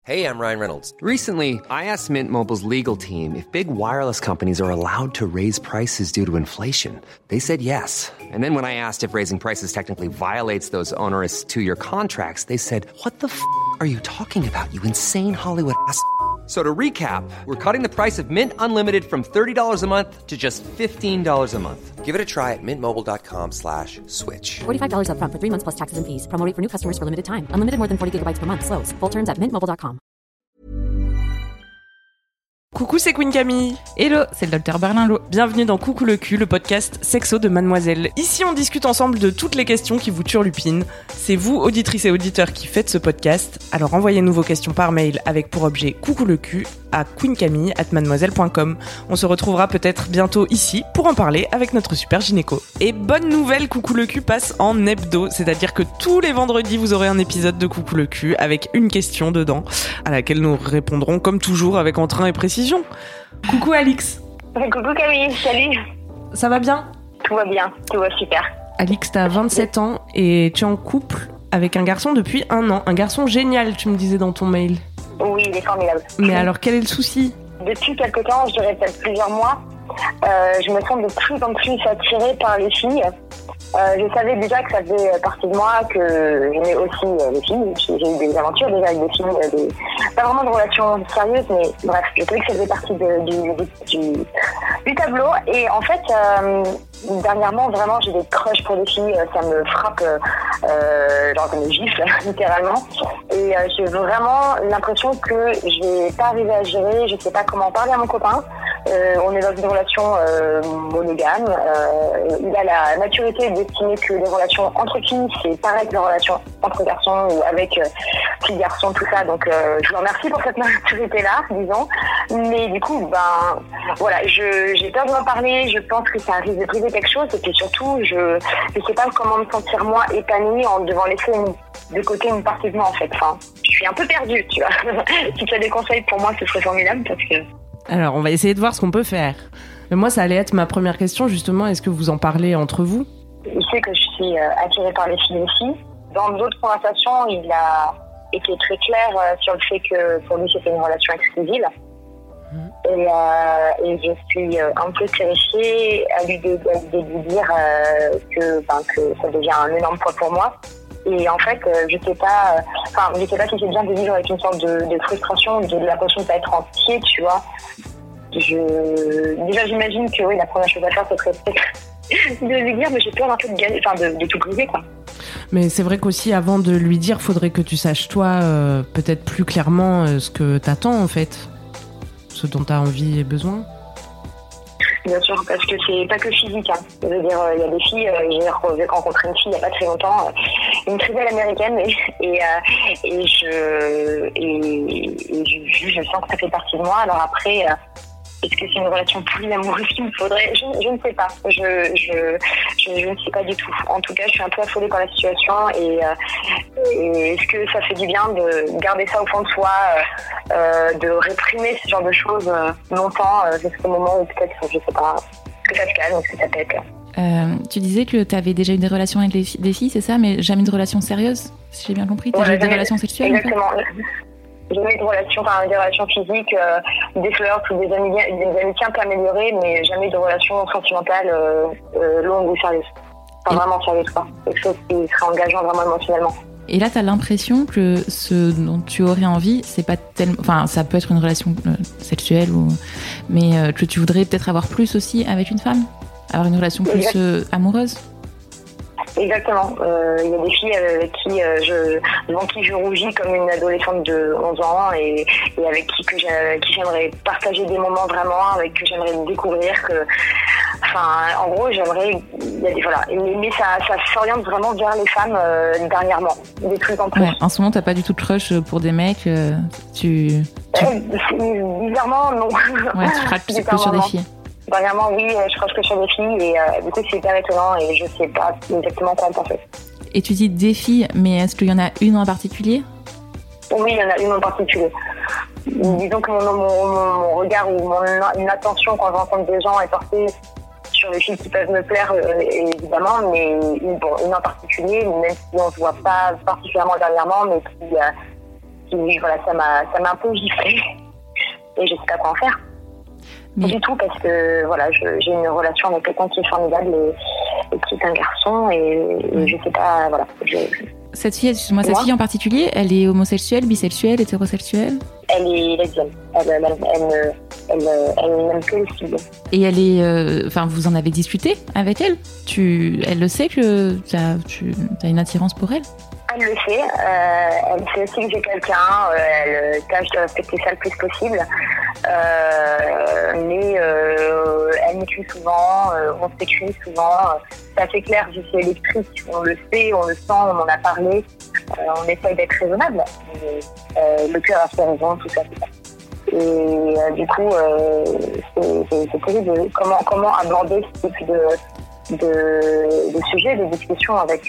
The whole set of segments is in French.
Hey, I'm Ryan Reynolds. Recently, I asked Mint Mobile's legal team if big wireless companies are allowed to raise prices due to inflation. They said yes. And then when I asked if raising prices technically violates those onerous two-year contracts, they said, "What the f*** are you talking about, you insane Hollywood ass?" So to recap, we're cutting the price of Mint Unlimited from $30 a month to just $15 a month. Give it a try at mintmobile.com/switch. $45 up front for 3 months plus taxes and fees. Promo rate for new customers for limited time. Unlimited more than 40 gigabytes per month. Slows full terms at mintmobile.com. Coucou, c'est Queen Camille. Hello, c'est le Dr Berlinlot. Bienvenue dans Coucou le cul, le podcast sexo de Mademoiselle. Ici, on discute ensemble de toutes les questions qui vous turlupinent. C'est vous, auditrices et auditeurs, qui faites ce podcast. Alors envoyez-nous vos questions par mail avec pour objet Coucou le cul à queencamille@mademoiselle.com. On se retrouvera peut-être bientôt ici pour en parler avec notre super gynéco. Et bonne nouvelle, Coucou le cul passe en hebdo, c'est-à-dire que tous les vendredis, vous aurez un épisode de Coucou le cul avec une question dedans, à laquelle nous répondrons comme toujours avec entrain et précision. Coucou Alix. Coucou Camille, salut. Ça va bien ? Tout va bien, tout va super. Alix, t'as 27 ans et tu es en couple avec un garçon depuis 1 an. Un garçon génial, tu me disais dans ton mail. Oui, il est formidable. Mais alors, quel est le souci ? Depuis quelque temps, je dirais peut-être plusieurs mois, je me sens de plus en plus attirée par les filles. Je savais déjà que ça faisait partie de moi, que j'aimais aussi les filles. J'ai eu des aventures déjà avec des filles, pas vraiment de relations sérieuses, mais bref, je savais que ça faisait partie du tableau. Et en fait, dernièrement, vraiment, j'ai des crushs pour les filles. Ça me frappe, genre comme des gifles, littéralement. Et j'ai vraiment l'impression que je vais pas arriver à gérer. Je sais pas comment parler à mon copain. On est dans une relation monogame. Il a la maturité d'estimer que les relations entre filles, c'est pareil que les relations entre garçons ou avec petits garçons, tout ça. Donc, je vous remercie pour cette maturité-là, disons. Mais du coup, voilà, j'ai peur de m'en parler. Je pense que ça risque de briser quelque chose. Et puis surtout, je sais pas comment me sentir moi épanouie en devant laisser de côté une partie de moi, en fait. Enfin, je suis un peu perdue, tu vois. Si tu as des conseils pour moi, ce serait formidable parce que... Alors, on va essayer de voir ce qu'on peut faire. Mais moi, ça allait être ma première question, justement. Est-ce que vous en parlez entre vous ? Il sait que je suis attirée par les filles aussi. Dans d'autres conversations, il a été très clair sur le fait que pour lui, c'était une relation exclusive. Et je suis un peu terrifiée à lui de lui dire que ça devient un énorme poids pour moi. Et en fait, je sais pas si c'est bien de vivre avec une sorte de frustration, de l'impression de pas être entier, tu vois. Déjà, j'imagine que oui, la première chose à faire, ce serait peut-être de lui dire, mais j'ai peur un peu de tout briser, quoi. Mais c'est vrai qu'aussi, avant de lui dire, faudrait que tu saches, toi, peut-être plus clairement ce que t'attends, en fait. Ce dont t'as envie et besoin. Bien sûr, parce que c'est pas que physique. Hein. Je veux dire, il y a des filles, j'ai rencontré une fille il y a pas très longtemps, une très belle américaine, et je sens que ça fait partie de moi. Alors après, est-ce que c'est une relation polyamoureuse qu'il me faudrait ? Je ne sais pas. Je ne sais pas du tout. En tout cas, je suis un peu affolée par la situation et est-ce que ça fait du bien de garder ça au fond de soi, de réprimer ce genre de choses longtemps jusqu'au moment où peut-être, je sais pas, que ça se calme, que ça pète. Tu disais que tu avais déjà eu des relations avec des filles, c'est ça, mais jamais de relations sérieuses, si j'ai bien compris. Tu as eu des relations sexuelles. Exactement. En fait. Jamais des relations physiques, des flirts ou des amitiés un peu améliorées, mais jamais de relations sentimentales longues ou sérieuses. Enfin, vraiment sérieuses, quoi. Quelque chose qui serait engageant vraiment émotionnellement. Et là, tu as l'impression que ce dont tu aurais envie, c'est pas tellement... Enfin, ça peut être une relation sexuelle, mais que tu voudrais peut-être avoir plus aussi avec une femme ? Avoir une relation plus amoureuse ? Exactement. Il y a des filles devant qui je rougis comme une adolescente de 11 ans et avec qui j'aimerais partager des moments vraiment, avec qui j'aimerais découvrir en gros, j'aimerais, mais ça s'oriente vraiment vers les femmes dernièrement, de plus en plus. Ouais, en ce moment, t'as pas du tout de crush pour des mecs, bizarrement, non. Ouais, tu craques que sur des filles. Dernièrement, oui, je crache que sur des filles et du coup, c'est hyper étonnant et je sais pas exactement quoi en penser. Et tu dis des filles, mais est-ce qu'il y en a une en particulier ? Oui, il y en a une en particulier. Disons que mon regard ou mon attention quand je rencontre des gens est portée sur les filles qui peuvent me plaire, évidemment, mais une en particulier, même si on ne se voit pas particulièrement dernièrement, mais voilà, ça m'a un peu giflé. Et je sais pas quoi en faire. Du tout, parce que voilà, j'ai une relation avec quelqu'un qui est formidable et qui est un garçon, et je sais pas, voilà. Cette fille, excuse-moi, cette fille en particulier, elle est homosexuelle, bisexuelle, hétérosexuelle? Elle est lesbienne. Elle n'aime que les filles. Et elle est, enfin, vous en avez discuté avec elle? Elle le sait que tu as une attirance pour elle? Elle le sait. Elle sait aussi que j'ai quelqu'un. Elle tâche de respecter ça le plus possible. Mais elle m'écrit souvent. On s'écrit souvent. C'est assez clair. Je suis électrique. On le sait, on le sent, on en a parlé. On essaye d'être raisonnable. Le cœur a fait raison, tout ça, tout ça. Et du coup, c'est terrible. Comment aborder ce type de sujet, de discussion avec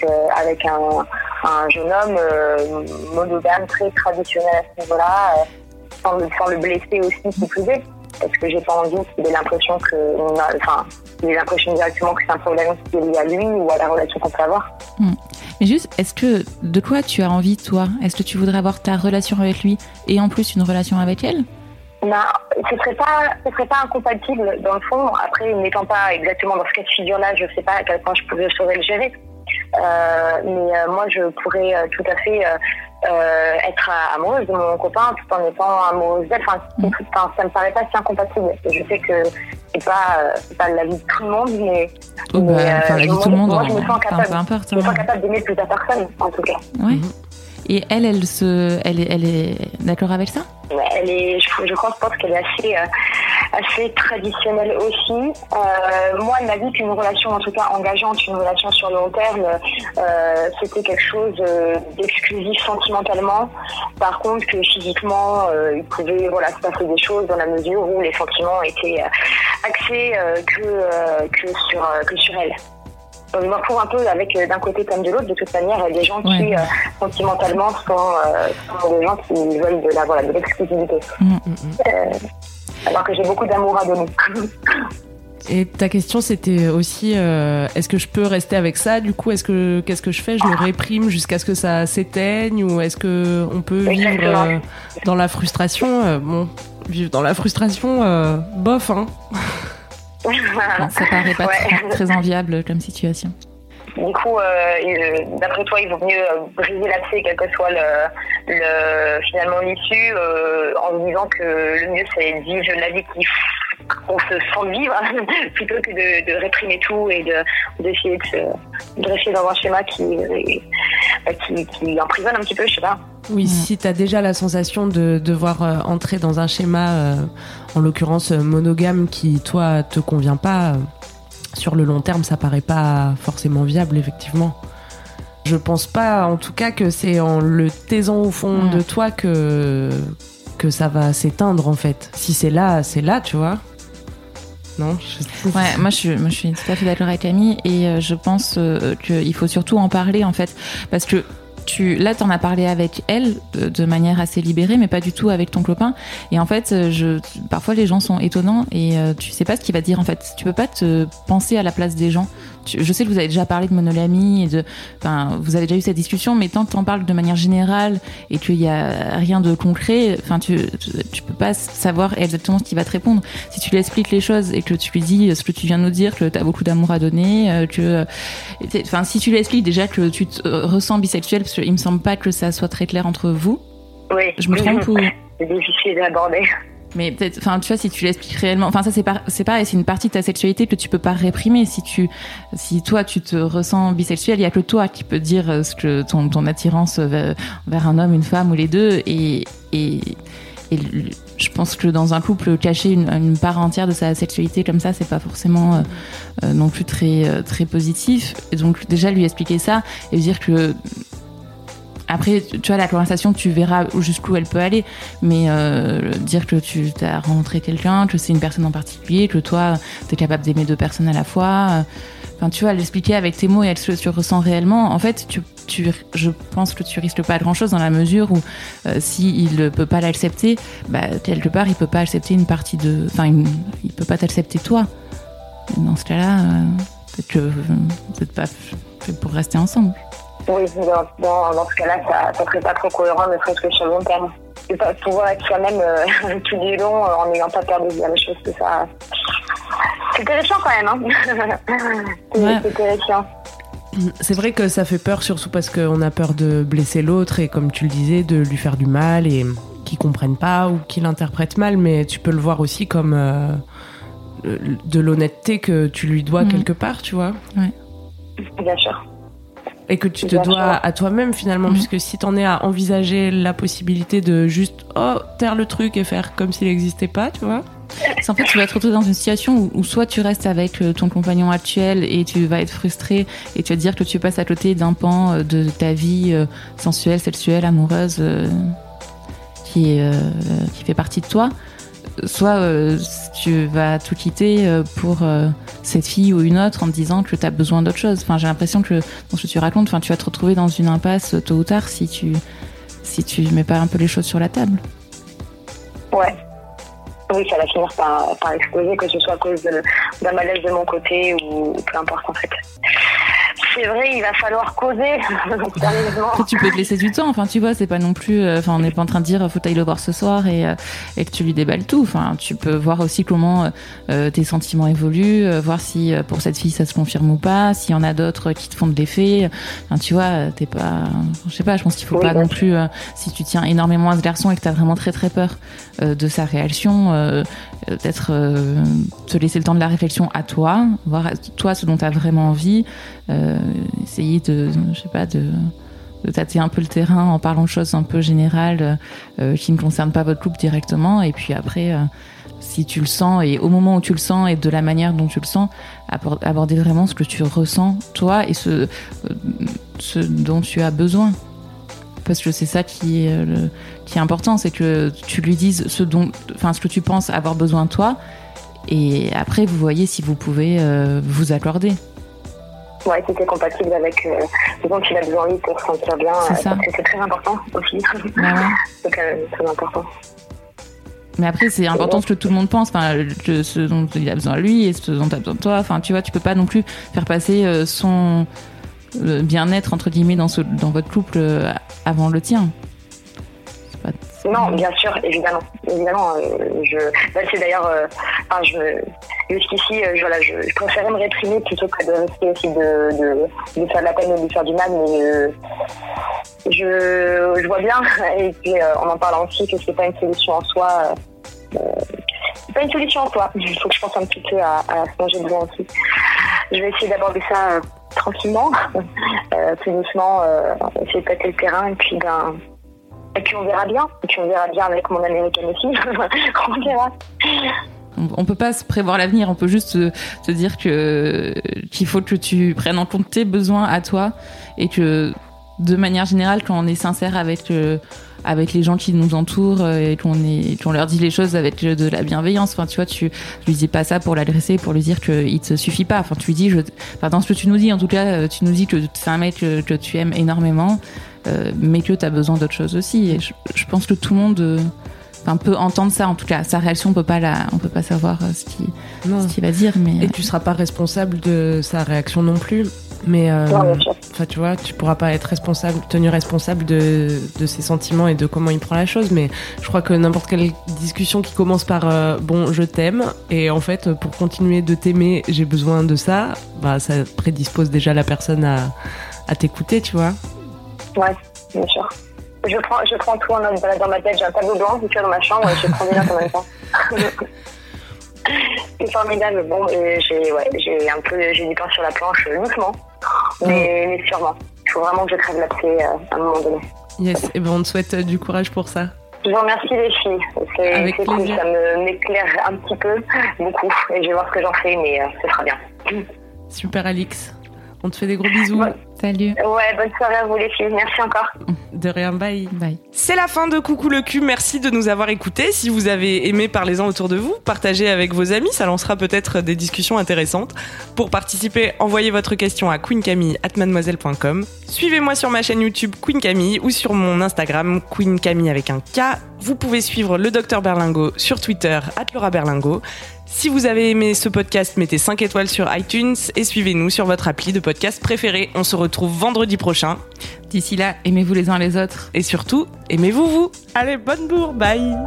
un jeune homme monogame, très traditionnel à ce niveau-là, sans le blesser aussi qui plus est, parce que j'ai pas envie qu'il ait l'impression qu'il ait l'impression directement que c'est un problème qui est lié à lui ou à la relation qu'on peut avoir. Mais juste, est-ce que de quoi tu as envie, toi? Est-ce que tu voudrais avoir ta relation avec lui et en plus une relation avec elle? Non, ce serait pas incompatible dans le fond. Après, n'étant pas exactement dans ce cas de figure-là, je sais pas à quel point je saurais le gérer. Mais moi, je pourrais tout à fait être amoureuse de mon copain tout en étant amoureuse d'elle. Ça me paraît pas si incompatible. Je sais que c'est pas la vie de tout le monde, mais la vie de tout le monde. Moi, je me sens capable. Peu importe. Je me sens capable d'aimer plusieurs personnes, en tout cas. Ouais. Et elle est d'accord avec ça? Je pense qu'elle est assez traditionnelle aussi. Moi, elle m'a dit qu'une relation, en tout cas engageante, une relation sur le long terme, c'était quelque chose d'exclusif sentimentalement. Par contre, que physiquement, il pouvait se passer des choses dans la mesure où les sentiments étaient axés que sur elle. Donc, je me retrouve un peu avec, d'un côté comme de l'autre, de toute manière, des gens qui, sentimentalement, sont des gens qui veulent de l'exclusivité. Alors que j'ai beaucoup d'amour à donner. Et ta question, c'était aussi, est-ce que je peux rester avec ça? Du coup, qu'est-ce que je fais? Je le réprime jusqu'à ce que ça s'éteigne, ou est-ce que on peut vivre dans la frustration? Vivre dans la frustration, bof, hein. Non, ça paraît pas très enviable comme situation. Du coup, d'après toi, il vaut mieux briser l'abcès, quel que soit finalement l'issue, en se disant que le mieux c'est de vivre la vie qu'on se sent vivre, plutôt que de réprimer tout et d'essayer de rester dans un schéma qui emprisonne un petit peu, je sais pas. Oui, si t'as déjà la sensation de devoir entrer dans un schéma, en l'occurrence monogame, qui toi te convient pas, sur le long terme, ça paraît pas forcément viable, effectivement. Je pense pas, en tout cas, que c'est en le taisant au fond de toi que ça va s'éteindre, en fait. Si c'est là, tu vois. Non, ouais, moi je suis tout à fait d'accord avec Camille, et je pense qu'il faut surtout en parler, en fait, parce que là, t'en as parlé avec elle de manière assez libérée, mais pas du tout avec ton copain. Et en fait, parfois les gens sont étonnants et tu sais pas ce qu'il va dire. En fait, tu peux pas te penser à la place des gens. Je sais que vous avez déjà parlé de monogamie vous avez déjà eu cette discussion, mais tant que t'en parles de manière générale et qu'il y a rien de concret, tu peux pas savoir exactement ce qu'il va te répondre. Si tu lui expliques les choses et que tu lui dis ce que tu viens de nous dire, que t'as beaucoup d'amour à donner, si tu lui expliques déjà que tu te ressens bisexuel, parce qu'il me semble pas que ça soit très clair entre vous. Oui. Je me trompe ou... C'est difficile d'aborder. Mais peut-être, tu vois, si tu l'expliques réellement, ça c'est pareil, c'est une partie de ta sexualité que tu peux pas réprimer. Si toi tu te ressens bisexuel, il y a que toi qui peux dire ce que ton attirance vers un homme, une femme ou les deux, et je pense que dans un couple, cacher une part entière de sa sexualité comme ça, c'est pas forcément non plus très très positif. Et donc déjà lui expliquer ça et dire que après, tu vois, la conversation, tu verras jusqu'où elle peut aller, mais dire que tu as rencontré quelqu'un, que c'est une personne en particulier, que toi, t'es capable d'aimer deux personnes à la fois. Tu vois, l'expliquer avec tes mots et ce que tu ressens réellement. En fait, je pense que tu risques pas grand-chose dans la mesure où s'il ne peut pas l'accepter, quelque part, il peut pas accepter une partie de... il peut pas t'accepter toi. Et dans ce cas-là, peut-être que vous n'êtes pas fait pour rester ensemble. Oui, dans ce cas-là, ça serait pas trop cohérent, ne serait-ce que sur le long terme. De pas pouvoir être soi-même tout du long en n'ayant pas peur de dire les choses, c'est ça. C'est terrifiant quand même, hein. C'est terrifiant. C'est vrai que ça fait peur, surtout parce qu'on a peur de blesser l'autre et, comme tu le disais, de lui faire du mal et qu'il comprenne pas ou qu'il interprète mal, mais tu peux le voir aussi comme de l'honnêteté que tu lui dois quelque part, tu vois. Ouais. Bien sûr. Et que tu te dois à toi-même finalement, puisque si t'en es à envisager la possibilité de juste taire le truc et faire comme s'il n'existait pas, tu vois. En fait, tu vas te retrouver dans une situation où soit tu restes avec ton compagnon actuel et tu vas être frustré et tu vas te dire que tu passes à côté d'un pan de ta vie sensuelle, sexuelle, amoureuse qui fait partie de toi. Soit tu vas tout quitter pour cette fille ou une autre en te disant que tu as besoin d'autre chose. Enfin, j'ai l'impression que dans ce que tu racontes, tu vas te retrouver dans une impasse tôt ou tard si tu mets pas un peu les choses sur la table. Ouais. Oui, ça va finir par exploser, que ce soit à cause d'un malaise de mon côté ou peu importe en fait. C'est vrai, il va falloir causer, sérieusement. Après, tu peux te laisser du temps, enfin tu vois, c'est pas non plus, on n'est pas en train de dire faut t'aller le voir ce soir et que tu lui déballes tout. Enfin, tu peux voir aussi comment tes sentiments évoluent, voir si pour cette fille ça se confirme ou pas, s'il y en a d'autres qui te font de l'effet. Enfin, tu vois, t'es pas, je sais pas, je pense qu'il faut pas non plus, si tu tiens énormément à ce garçon et que t'as vraiment très très peur de sa réaction, peut-être te laisser le temps de la réflexion à toi, voir toi ce dont t'as vraiment envie. Essayer de tâter un peu le terrain en parlant de choses un peu générales qui ne concernent pas votre couple directement, et puis après si tu le sens et au moment où tu le sens et de la manière dont tu le sens, aborder vraiment ce que tu ressens toi et ce dont tu as besoin, parce que c'est ça qui est important, c'est que tu lui dises ce que tu penses avoir besoin toi, et après vous voyez si vous pouvez vous accorder. Ouais, si c'est compatible avec ce dont il a besoin lui pour se sentir bien. C'est très important aussi. Ouais. C'est quand même très important. Mais après, c'est important ce que tout le monde pense, ce dont il a besoin lui et ce dont tu as besoin de toi. Enfin, tu vois, tu peux pas non plus faire passer son bien-être entre guillemets dans votre couple avant le tien. Non, bien sûr, évidemment. C'est d'ailleurs, jusqu'ici, je préférais me réprimer plutôt que de risquer aussi de faire de la peine ou de faire du mal, mais je vois bien, et puis en en parlant aussi, que c'est pas une solution en soi. C'est pas une solution en soi. Il faut que je pense un petit peu à ce dont j'ai besoin aussi. Je vais essayer d'aborder ça tranquillement, plus doucement, essayer de tâter le terrain, et puis on verra bien. Et puis on verra bien avec mon américaine aussi. On verra. On peut pas se prévoir l'avenir, on peut juste te dire qu'il faut que tu prennes en compte tes besoins à toi, et que de manière générale, quand on est sincère avec les gens qui nous entourent et qu'on leur dit les choses avec de la bienveillance, enfin tu vois, tu lui dis pas ça pour l'agresser, pour lui dire qu'il te suffit pas, enfin tu lui dis dans ce que tu nous dis en tout cas, tu nous dis que c'est un mec que tu aimes énormément, mais que tu as besoin d'autre chose aussi, et je pense que tout le monde peut entendre ça. En tout cas, sa réaction, on peut pas savoir ce qu'il va dire, mais et tu seras pas responsable de sa réaction non plus. Mais tu vois, tu pourras pas être tenu responsable de ses sentiments et de comment il prend la chose. Mais je crois que n'importe quelle discussion qui commence par bon, je t'aime, et en fait, pour continuer de t'aimer, j'ai besoin de ça, ça prédispose déjà la personne à t'écouter, tu vois. Ouais, bien sûr. Je prends tout en note dans ma tête. J'ai un tableau blanc qui est dans ma chambre et je prends des notes en même temps. C'est formidable. Bon, j'ai du pain sur la planche, doucement, mais sûrement. Il faut vraiment que je crève l'abcès à un moment donné. Yes, et on te souhaite du courage pour ça. Je vous remercie les filles. C'est cool, ça m'éclaire un petit peu, beaucoup. Et je vais voir ce que j'en fais, mais ce sera bien. Super Alix. On te fait des gros bisous. Ouais. Salut. Ouais, bonne soirée à vous les filles. Merci encore. De rien, bye. Bye. C'est la fin de Coucou le cul. Merci de nous avoir écoutés. Si vous avez aimé, parlez-en autour de vous. Partagez avec vos amis. Ça lancera peut-être des discussions intéressantes. Pour participer, envoyez votre question à queencamille@mademoiselle.com. Suivez-moi sur ma chaîne YouTube Queen Camille ou sur mon Instagram Queen Camille avec un K. Vous pouvez suivre le Dr Berlingot sur Twitter @LauraBerlingot. Si vous avez aimé ce podcast, mettez 5 étoiles sur iTunes et suivez-nous sur votre appli de podcast préféré. On se retrouve vendredi prochain. D'ici là, aimez-vous les uns les autres. Et surtout, aimez-vous vous. Allez, bonne bourre, bye.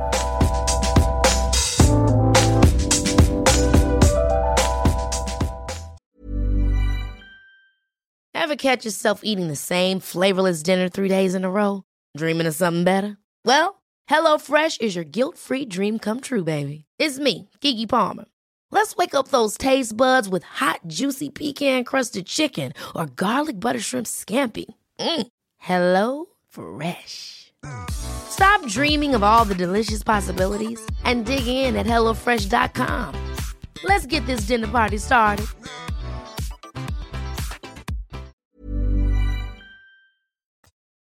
Ever catch yourself eating the same flavorless dinner 3 days in a row? Dreaming of something better? Well, HelloFresh is your guilt-free dream come true, baby. It's me, Keke Palmer. Let's wake up those taste buds with hot, juicy pecan-crusted chicken or garlic butter shrimp scampi. Hello Fresh. Stop dreaming of all the delicious possibilities and dig in at HelloFresh.com. Let's get this dinner party started.